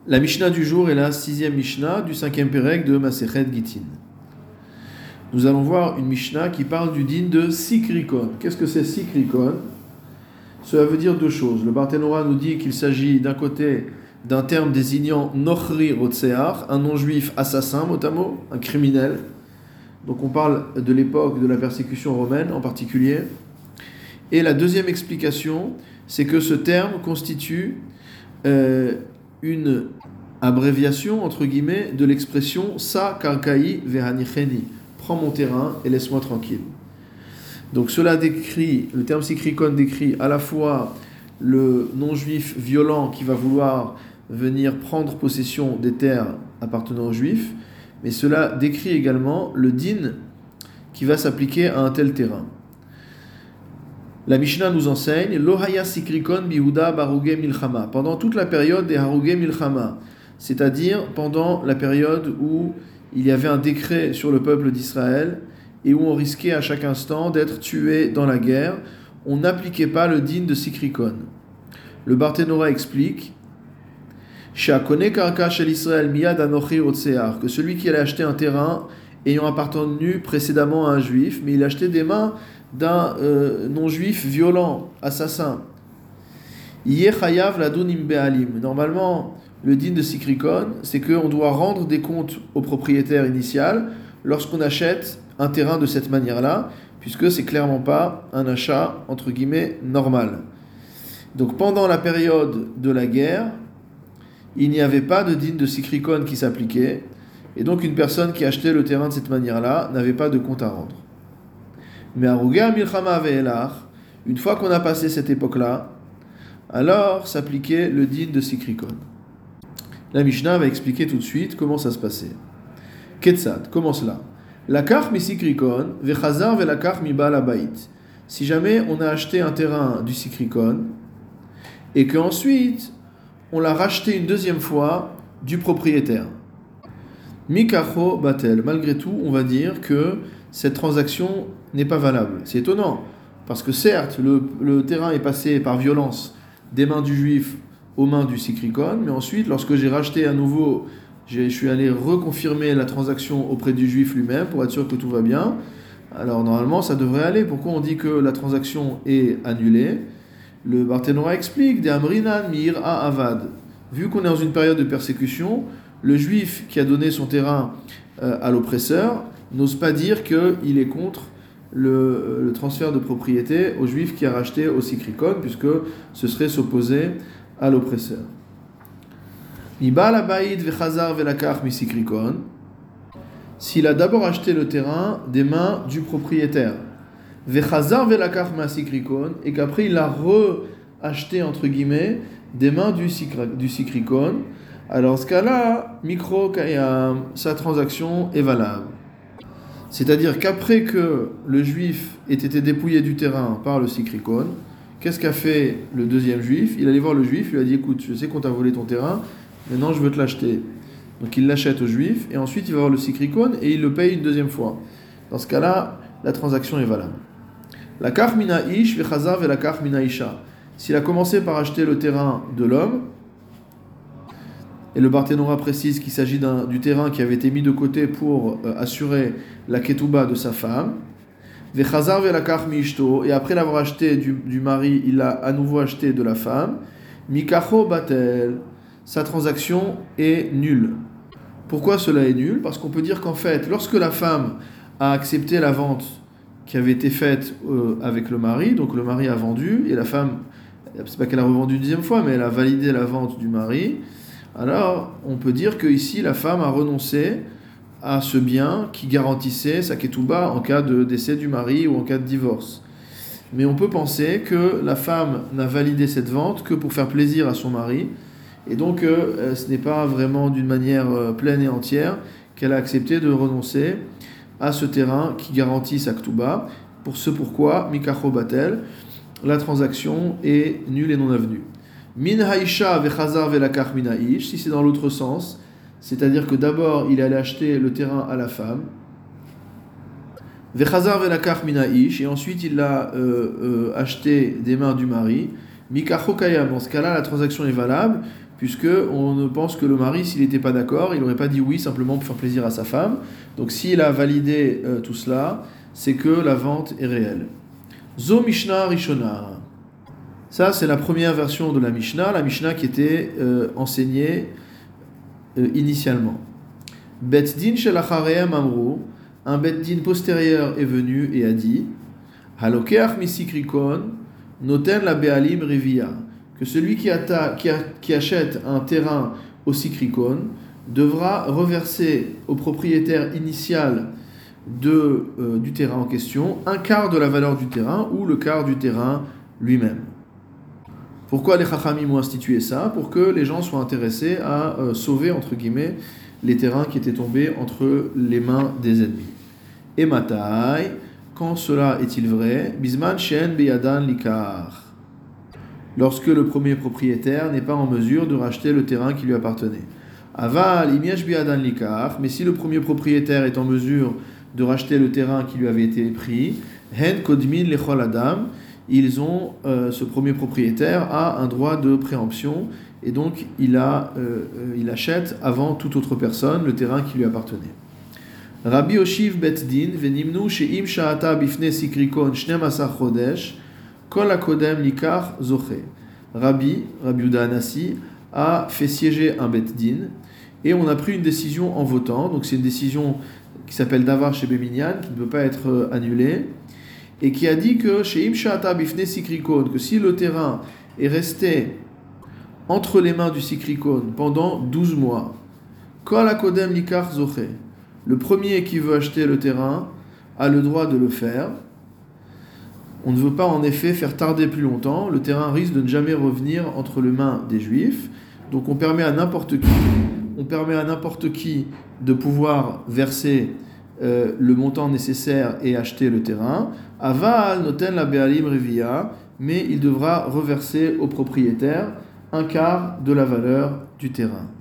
La Mishnah du jour est la 6e Mishnah du 5e Pérec de Masechet Gittin. Nous allons voir une Mishnah qui parle du din de Sikrikon. Qu'est-ce que c'est Sikrikon? Cela veut dire deux choses. Le Barthénora nous dit qu'il s'agit d'un côté d'un terme désignant Nochri Rotseach, un non-juif assassin, mot à mot, un criminel. Donc on parle de l'époque de la persécution romaine en particulier. Et la deuxième explication, c'est que ce terme constitue une abréviation, entre guillemets, de l'expression Sa karkai vehanicheni, prends mon terrain et laisse-moi tranquille. Donc cela décrit, le terme sikrikon décrit à la fois le non-juif violent qui va vouloir venir prendre possession des terres appartenant aux juifs, mais cela décrit également le din qui va s'appliquer à un tel terrain. La Mishnah nous enseigne Lohaya sikrikon bihuda baruge milchama, pendant toute la période des haruge milchama, c'est-à-dire pendant la période où il y avait un décret sur le peuple d'Israël et où on risquait à chaque instant d'être tué dans la guerre, on n'appliquait pas le din de sikrikon. Le Barthénora explique que celui qui allait acheter un terrain ayant appartenu précédemment à un juif, mais il achetait des mains d'un non-juif violent, assassin. Normalement, le din de Sikrikon, c'est qu'on doit rendre des comptes au propriétaire initial lorsqu'on achète un terrain de cette manière-là, puisque c'est clairement pas un achat, entre guillemets, normal. Donc pendant la période de la guerre, il n'y avait pas de din de Sikrikon qui s'appliquait, et donc une personne qui achetait le terrain de cette manière-là n'avait pas de compte à rendre. Mais à Ruga Milchama Ve'elach, une fois qu'on a passé cette époque-là, alors s'appliquait le din de Sikrikon. La Mishnah va expliquer tout de suite comment ça se passait. Ketzad, comment cela? Lakach mi Sikrikon, vechazar velakach mi Baal Habayit. Si jamais on a acheté un terrain du Sikrikon, et qu'ensuite on l'a racheté une deuxième fois du propriétaire. Mikacho batel. Malgré tout, on va dire que cette transaction n'est pas valable. C'est étonnant, parce que certes, le terrain est passé par violence des mains du juif aux mains du sikrikon, mais ensuite, lorsque j'ai racheté à nouveau, je suis allé reconfirmer la transaction auprès du juif lui-même pour être sûr que tout va bien. Alors normalement, ça devrait aller. Pourquoi on dit que la transaction est annulée? Le Barthénora explique des Amrinan Mir a Avad. Vu qu'on est dans une période de persécution, le juif qui a donné son terrain à l'oppresseur n'ose pas dire qu'il est contre le transfert de propriété au juif qui a racheté au sikrikon, puisque ce serait s'opposer à l'oppresseur. S'il a d'abord acheté le terrain des mains du propriétaire, et qu'après il l'a re-acheté entre guillemets des mains du sikrikon, alors dans ce cas-là, mikro kayam, sa transaction est valable. C'est-à-dire qu'après que le juif ait été dépouillé du terrain par le sikrikon, qu'est-ce qu'a fait le deuxième juif? Il allait voir le juif, il lui a dit écoute, je sais qu'on t'a volé ton terrain, maintenant je veux te l'acheter. Donc il l'achète au juif et ensuite il va voir le sikrikon et il le paye une deuxième fois. Dans ce cas-là, la transaction est valable. La kach mina ish vechazar ve la kach mina isha. S'il a commencé par acheter le terrain de l'homme, et le Barthénora précise qu'il s'agit du terrain qui avait été mis de côté pour assurer la ketouba de sa femme, vechazar ve la kach mi ishto, et après l'avoir acheté du mari, il a à nouveau acheté de la femme, mikacho batel, sa transaction est nulle. Pourquoi cela est nul? Parce qu'on peut dire qu'en fait, lorsque la femme a accepté la vente qui avait été faite avec le mari, donc le mari a vendu, et la femme, c'est pas qu'elle a revendu une deuxième fois, mais elle a validé la vente du mari, alors on peut dire que ici la femme a renoncé à ce bien qui garantissait sa ketouba en cas de décès du mari ou en cas de divorce. Mais on peut penser que la femme n'a validé cette vente que pour faire plaisir à son mari, et donc ce n'est pas vraiment d'une manière pleine et entière qu'elle a accepté de renoncer à ce terrain qui garantit sa ketouba. Pour ce pourquoi, mikacho batel, la transaction est nulle et non avenue. Min haisha vechazar velakach min haish, si c'est dans l'autre sens, c'est-à-dire que d'abord il allait acheter le terrain à la femme, vechazar velakach min haish, et ensuite il l'a acheté des mains du mari, mikacho kayam, dans ce cas-là la transaction est valable, puisque on ne pense que le mari, s'il n'était pas d'accord, il n'aurait pas dit oui simplement pour faire plaisir à sa femme. Donc s'il a validé tout cela, c'est que la vente est réelle. Zo Mishnah Rishona. Ça, c'est la première version de la Mishnah qui était enseignée initialement. Bet din shel achareim amru, un bet din postérieur est venu et a dit Halokeach misikrikon noten la bealim rivia, que celui qui achète un terrain au sikrikon devra reverser au propriétaire initial du terrain en question un quart de la valeur du terrain ou le quart du terrain lui-même. Pourquoi les Chachamim ont institué ça? Pour que les gens soient intéressés à sauver, entre guillemets, les terrains qui étaient tombés entre les mains des ennemis. Et Matai, quand cela est-il vrai? Bisman Shen Beyadan Likar. Lorsque le premier propriétaire n'est pas en mesure de racheter le terrain qui lui appartenait. Aval Imiesh Beyadan Likar, mais si le premier propriétaire est en mesure de racheter le terrain qui lui avait été pris, Hen Kodmin Lechol Adam, ce premier propriétaire a un droit de préemption et donc il achète avant toute autre personne le terrain qui lui appartenait. Rabbi Oshiv Bet Din venimnu she'im sha'ata bifne sikrikon 12 chodesh kol hakodem likar zoche. Rabbi Yehuda Hanassi a fait siéger un Bet Din et on a pris une décision en votant. Donc c'est une décision qui s'appelle Davar chez Beminyan, qui ne peut pas être annulée, et qui a dit que chez Imshata Bifne Sikrikon, que si le terrain est resté entre les mains du Sikrikon pendant 12 mois, Kol Hakodem Likar Zoche, le premier qui veut acheter le terrain a le droit de le faire. On ne veut pas en effet faire tarder plus longtemps, le terrain risque de ne jamais revenir entre les mains des Juifs, donc on permet à n'importe qui de pouvoir verser le montant nécessaire et acheter le terrain. Aval noten la bealim revia, mais il devra reverser au propriétaire un quart de la valeur du terrain.